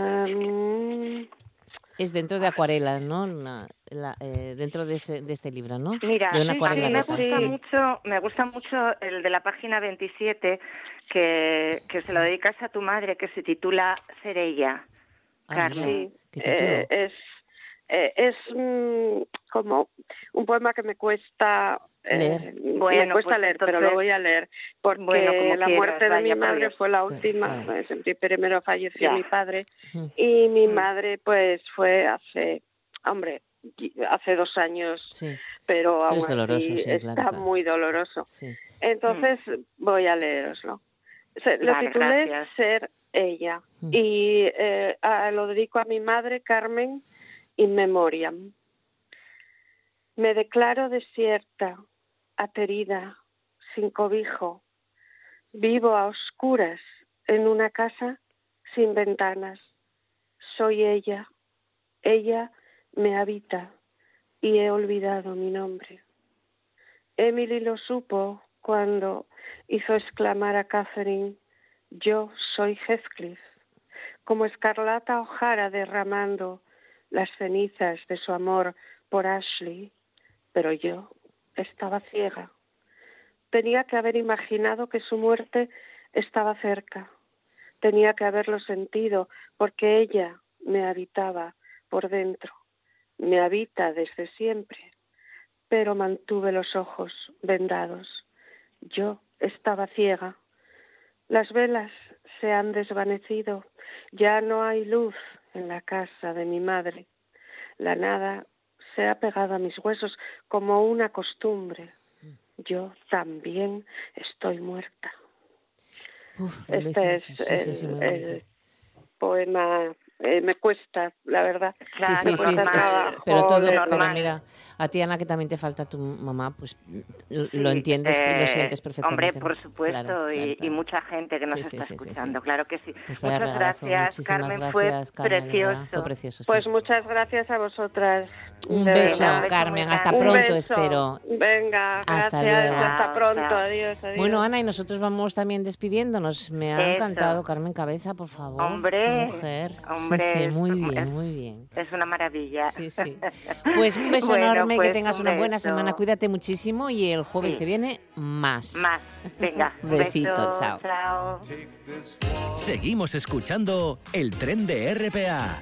Um, Es dentro de acuarelas, ¿no? La- la, eh, dentro de, ese, de este libro, ¿no? Mira, De una sí, acuarela a mí me rota, gusta sí. mucho, me gusta mucho el de la página veintisiete que, que se lo dedicas a tu madre, que se titula Ser ella, Ah, Carmen. mira, Sí, qué título. eh, es eh, es mm, como un poema que me cuesta eh, Leer. me Bueno, cuesta pues leer, pero entonces- lo voy a leer porque Bueno, como la quieras, muerte de vaya, mi por madre Dios. fue la Sí, última. claro. Pues, en primero falleció Ya. mi padre Ujú. y mi Mm. madre pues fue hace, hombre, hace dos años, Sí, pero aún es doloroso, así sí, está claro, claro. muy doloroso. sí. Entonces voy a leeroslo. Se- lo Vale, titulé gracias. Ser ella Mm. y eh, a- lo dedico a mi madre Carmen in memoriam. Me declaro desierta, aterida, sin cobijo. Vivo a oscuras en una casa sin ventanas. Soy ella. Ella me habita y he olvidado mi nombre. Emily lo supo cuando hizo exclamar a Catherine: yo soy Heathcliff, como Escarlata O'Hara derramando las cenizas de su amor por Ashley, pero yo estaba ciega. Tenía que haber imaginado que su muerte estaba cerca. Tenía que haberlo sentido, porque ella me habitaba por dentro. Me habita desde siempre, pero mantuve los ojos vendados. Yo estaba ciega. Las velas se han desvanecido. Ya no hay luz en la casa de mi madre. La nada se ha pegado a mis huesos como una costumbre. Yo también estoy muerta. Uf, este es sí, sí, sí, sí, el, el poema. Eh, me cuesta, la verdad. Sí, sí, sí, es, es, pero todo, pero mira, a ti, Ana, que también te falta tu mamá, pues lo sí, entiendes y eh, lo sientes perfectamente. Hombre, por supuesto, claro, y, claro, claro. y mucha gente que nos sí, está sí, escuchando, sí, sí. claro que sí. Pues muchas regalazo, gracias, Carmen, gracias, fue Carmen, precioso. Fue precioso sí. Pues muchas gracias a vosotras. Un beso, un beso Carmen, hasta pronto, espero. Venga, hasta gracias, luego. hasta pronto, adiós, adiós. Bueno, Ana, y nosotros vamos también despidiéndonos. Me ha Eso. encantado, Carmen Cabeza, por favor. Hombre, mujer. hombre. Sí, sí, muy bien. Bien, muy bien. Es una maravilla. Sí, sí. Pues un beso bueno, enorme, pues que tengas un una buena beso. semana, cuídate muchísimo y el jueves sí. que viene más. Más. Venga, un besito, beso, chao. chao. Seguimos escuchando el tren de R P A.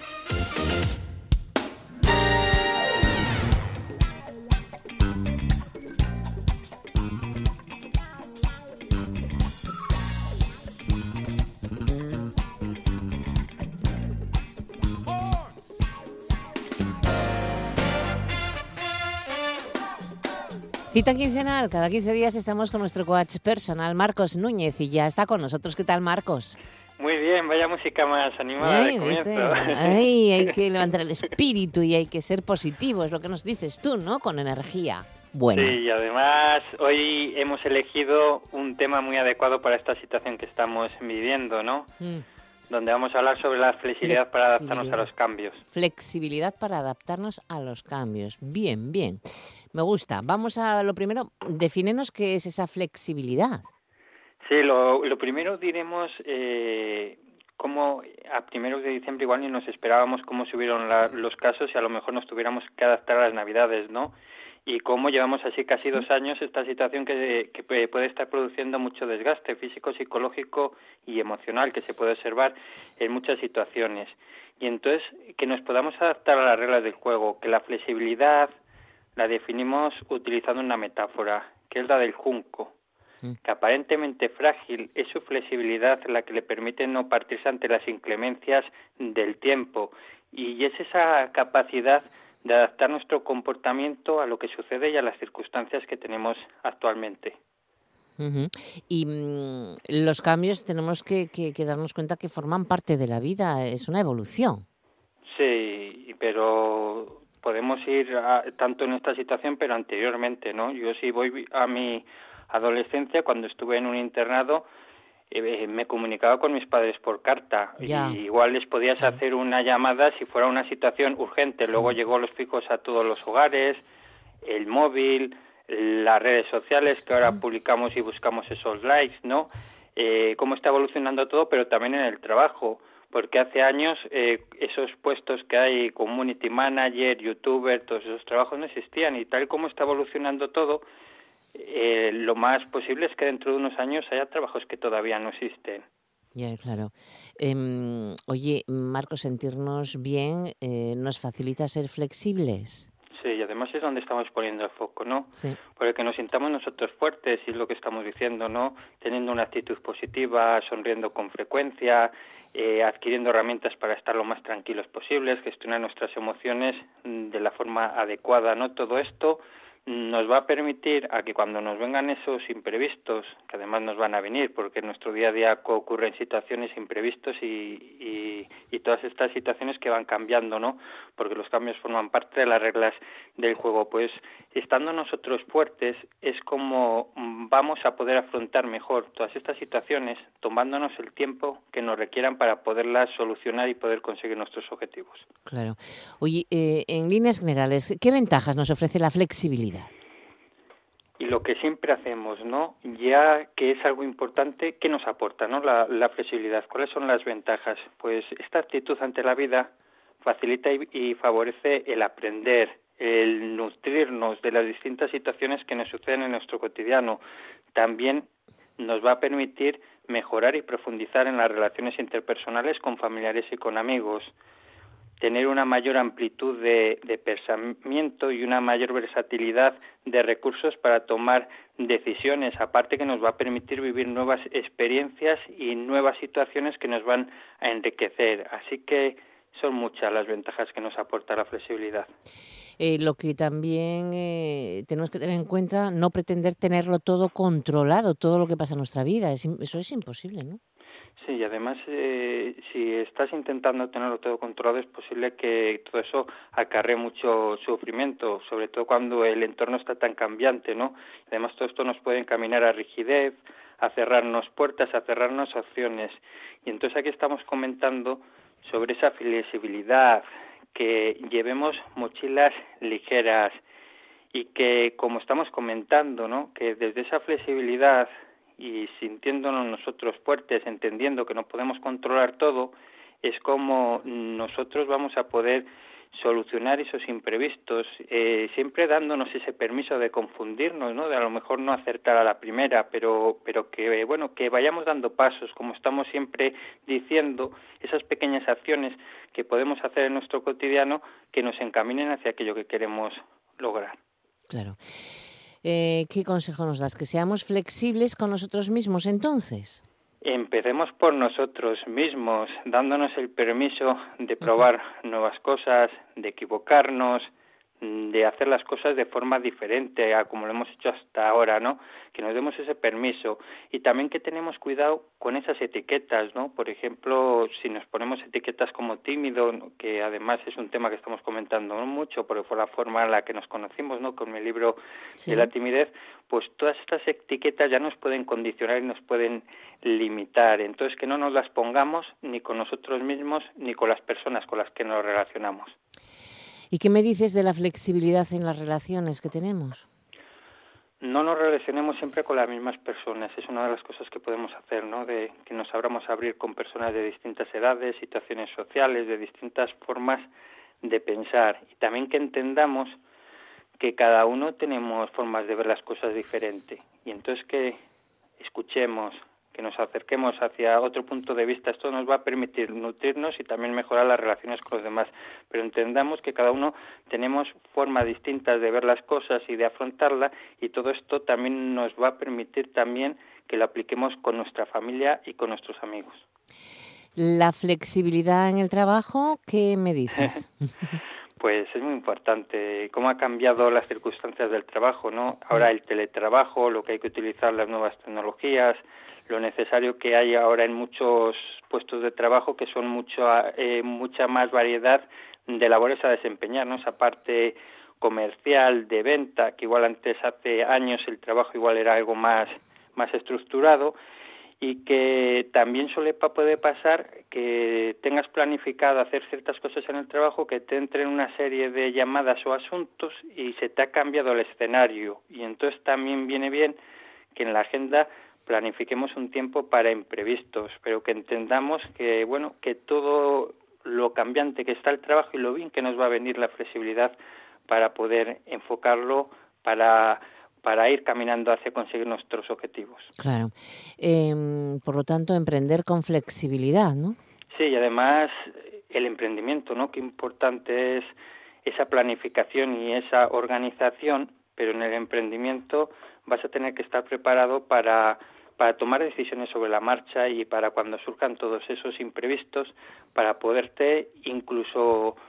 Cita quincenal, cada quince días estamos con nuestro coach personal, Marcos Núñez, y ya está con nosotros. ¿Qué tal, Marcos? Muy bien, vaya música más animada Ay, de comienzo. Ay, hay que levantar el espíritu y hay que ser positivo, es lo que nos dices tú, ¿no? Con energía buena. Sí, y además hoy hemos elegido un tema muy adecuado para esta situación que estamos viviendo, ¿no? Mm. Donde vamos a hablar sobre la flexibilidad, flexibilidad para adaptarnos a los cambios. Flexibilidad para adaptarnos a los cambios. Bien, bien. Me gusta. Vamos a lo primero, defínenos qué es esa flexibilidad. Sí, lo, lo primero diremos eh, cómo a primeros de diciembre igual ni nos esperábamos cómo subieron la, los casos y a lo mejor nos tuviéramos que adaptar a las Navidades, ¿no? Y cómo llevamos así casi dos años esta situación que, que puede estar produciendo mucho desgaste físico, psicológico y emocional que se puede observar en muchas situaciones. Y entonces que nos podamos adaptar a las reglas del juego, que la flexibilidad la definimos utilizando una metáfora, que es la del junco, que aparentemente frágil es su flexibilidad la que le permite no partirse ante las inclemencias del tiempo. Y es esa capacidad de adaptar nuestro comportamiento a lo que sucede y a las circunstancias que tenemos actualmente. Uh-huh. Y mmm, los cambios tenemos que, que, que darnos cuenta que forman parte de la vida, es una evolución. Sí, pero podemos ir a, tanto en esta situación, pero anteriormente, ¿no? Yo sí voy a mi adolescencia, cuando estuve en un internado, Eh, me comunicaba con mis padres por carta ya. y igual les podías ya. hacer una llamada si fuera una situación urgente. Sí. Luego llegó los fijos a todos los hogares, el móvil, las redes sociales que ahora publicamos y buscamos esos likes, ¿no? Eh, cómo está evolucionando todo, pero también en el trabajo, porque hace años eh, esos puestos que hay, community manager, youtuber, todos esos trabajos no existían, y tal como está evolucionando todo, Eh, lo más posible es que dentro de unos años haya trabajos que todavía no existen. Ya, claro. Eh, oye, Marcos, sentirnos bien eh, nos facilita ser flexibles. Sí, y además es donde estamos poniendo el foco, ¿no? Sí. Porque que nos sintamos nosotros fuertes, y es lo que estamos diciendo, ¿no? Teniendo una actitud positiva, sonriendo con frecuencia, eh, adquiriendo herramientas para estar lo más tranquilos posibles, gestionar nuestras emociones de la forma adecuada, ¿no? Todo esto nos va a permitir a que cuando nos vengan esos imprevistos, que además nos van a venir, porque en nuestro día a día ocurren situaciones imprevistos y, y, y todas estas situaciones que van cambiando, ¿no? Porque los cambios forman parte de las reglas del juego. Pues estando nosotros fuertes es como vamos a poder afrontar mejor todas estas situaciones, tomándonos el tiempo que nos requieran para poderlas solucionar y poder conseguir nuestros objetivos. Claro. Oye, eh, en líneas generales, ¿qué ventajas nos ofrece la flexibilidad? Y lo que siempre hacemos, ¿no? Ya que es algo importante, ¿qué nos aporta, ¿no? La, la flexibilidad. ¿Cuáles son las ventajas? Pues esta actitud ante la vida facilita y, y favorece el aprender, el nutrirnos de las distintas situaciones que nos suceden en nuestro cotidiano. También nos va a permitir mejorar y profundizar en las relaciones interpersonales con familiares y con amigos, tener una mayor amplitud de, de pensamiento y una mayor versatilidad de recursos para tomar decisiones, aparte que nos va a permitir vivir nuevas experiencias y nuevas situaciones que nos van a enriquecer. Así que son muchas las ventajas que nos aporta la flexibilidad. Eh, lo que también eh, tenemos que tener en cuenta, no pretender tenerlo todo controlado, todo lo que pasa en nuestra vida. Es, eso es imposible, ¿no? Sí, y además, eh, si estás intentando tenerlo todo controlado, es posible que todo eso acarree mucho sufrimiento, sobre todo cuando el entorno está tan cambiante, ¿no? Además, todo esto nos puede encaminar a rigidez, a cerrarnos puertas, a cerrarnos opciones. Y entonces aquí estamos comentando sobre esa flexibilidad, que llevemos mochilas ligeras y que, como estamos comentando, ¿no? Que desde esa flexibilidad y sintiéndonos nosotros fuertes, entendiendo que no podemos controlar todo, es como nosotros vamos a poder solucionar esos imprevistos, eh, siempre dándonos ese permiso de confundirnos, ¿no? De a lo mejor no acertar a la primera, pero pero que bueno, que vayamos dando pasos, como estamos siempre diciendo, esas pequeñas acciones que podemos hacer en nuestro cotidiano que nos encaminen hacia aquello que queremos lograr. Claro. Eh, ¿Qué consejo nos das? ¿Que seamos flexibles con nosotros mismos entonces? Empecemos por nosotros mismos, dándonos el permiso de probar uh-huh. nuevas cosas, de equivocarnos, de hacer las cosas de forma diferente a como lo hemos hecho hasta ahora, ¿no? Que nos demos ese permiso y también que tenemos cuidado con esas etiquetas, ¿no? Por ejemplo, si nos ponemos etiquetas como tímido, ¿no? Que además es un tema que estamos comentando ¿no? mucho, porque fue la forma en la que nos conocimos, ¿no? Con mi libro sí. de la timidez, pues todas estas etiquetas ya nos pueden condicionar y nos pueden limitar. Entonces, que no nos las pongamos ni con nosotros mismos ni con las personas con las que nos relacionamos. ¿Y qué me dices de la flexibilidad en las relaciones que tenemos? No nos relacionemos siempre con las mismas personas. Es una de las cosas que podemos hacer, ¿no? De que nos abramos a abrir con personas de distintas edades, situaciones sociales, de distintas formas de pensar. Y también que entendamos que cada uno tenemos formas de ver las cosas diferentes. Y entonces que escuchemos, que nos acerquemos hacia otro punto de vista. Esto nos va a permitir nutrirnos y también mejorar las relaciones con los demás. Pero entendamos que cada uno tenemos formas distintas de ver las cosas y de afrontarla, y todo esto también nos va a permitir también que lo apliquemos con nuestra familia y con nuestros amigos. La flexibilidad en el trabajo, ¿qué me dices? Pues es muy importante cómo ha cambiado las circunstancias del trabajo, ¿no? Ahora el teletrabajo, lo que hay que utilizar las nuevas tecnologías, lo necesario que hay ahora en muchos puestos de trabajo, que son mucho, eh, mucha más variedad de labores a desempeñar, ¿no? Esa parte comercial, de venta, que igual antes, hace años, el trabajo igual era algo más, más estructurado, y que también suele puede pasar que tengas planificado hacer ciertas cosas en el trabajo, que te entren una serie de llamadas o asuntos y se te ha cambiado el escenario. Y entonces también viene bien que en la agenda planifiquemos un tiempo para imprevistos, pero que entendamos que bueno que todo lo cambiante que está el trabajo y lo bien que nos va a venir la flexibilidad para poder enfocarlo para para ir caminando hacia conseguir nuestros objetivos. Claro. Eh, por lo tanto, emprender con flexibilidad, ¿no? Sí, y además el emprendimiento, ¿no? Qué importante es esa planificación y esa organización, pero en el emprendimiento vas a tener que estar preparado para para tomar decisiones sobre la marcha y para cuando surjan todos esos imprevistos, para poderte incluso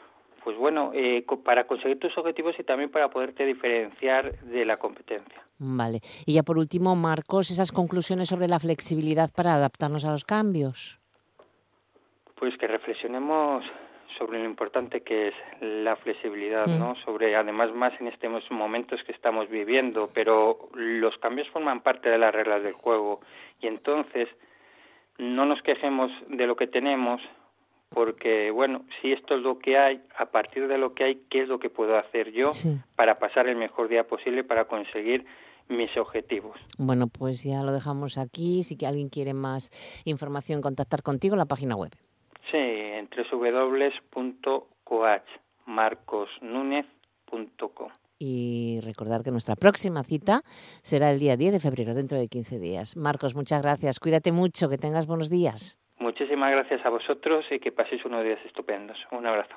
pues bueno, eh, para conseguir tus objetivos y también para poderte diferenciar de la competencia. Vale. Y ya por último, Marcos, esas conclusiones sobre la flexibilidad para adaptarnos a los cambios. Pues que reflexionemos sobre lo importante que es la flexibilidad, mm. ¿no? Sobre, además, más en estos momentos que estamos viviendo, pero los cambios forman parte de las reglas del juego y entonces no nos quejemos de lo que tenemos, porque, bueno, si esto es lo que hay, a partir de lo que hay, ¿qué es lo que puedo hacer yo sí. para pasar el mejor día posible, para conseguir mis objetivos? Bueno, pues ya lo dejamos aquí. Si que alguien quiere más información, contactar contigo, la página web. Sí, en doble u doble u doble u punto coach marcos núñez punto com. Y recordar que nuestra próxima cita será el día diez de febrero, dentro de quince días. Marcos, muchas gracias. Cuídate mucho, que tengas buenos días. Muchísimas gracias a vosotros y que paséis unos días estupendos. Un abrazo.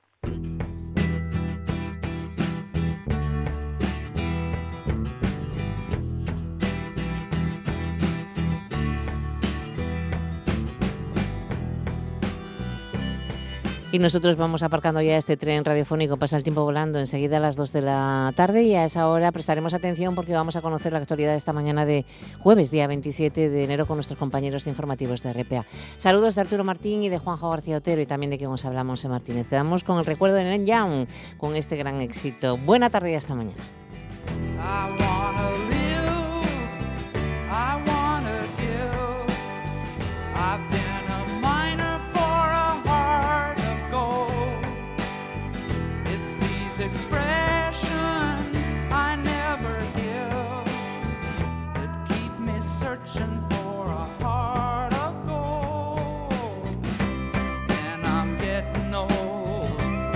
Y nosotros vamos aparcando ya este tren radiofónico, pasa el tiempo volando, enseguida a las dos de la tarde y a esa hora prestaremos atención porque vamos a conocer la actualidad de esta mañana de jueves, día veintisiete de enero, con nuestros compañeros de informativos de R P A. Saludos de Arturo Martín y de Juanjo García Otero y también de quien os hablamos en Martínez. Quedamos con el recuerdo de Neil Young, con este gran éxito. Buena tarde y hasta mañana. I wanna live, I wanna give, I've been expressions I never give that keep me searching for a heart of gold, and I'm getting old.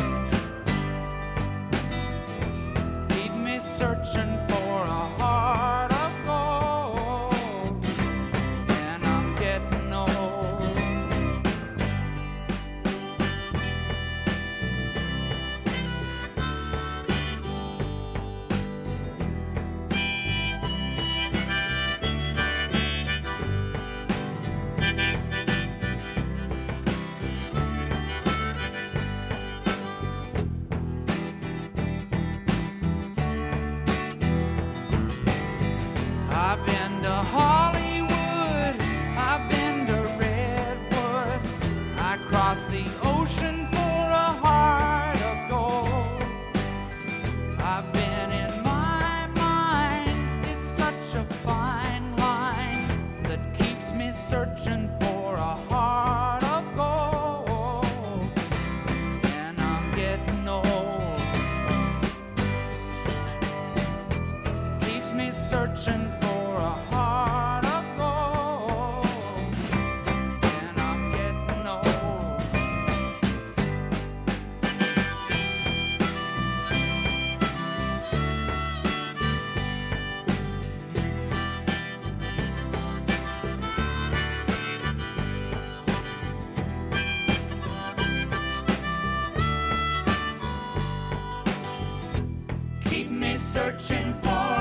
Keep me searching for a heart of gold, and I'm getting old. I've been to Hollywood, I've been to Redwood, I crossed the ocean for a heart of gold. I've been in my mind, it's such a fine line that keeps me searching for a heart of gold, and I'm getting old. Keeps me searching for a heart of gold, and I'm getting old. Keep me searching for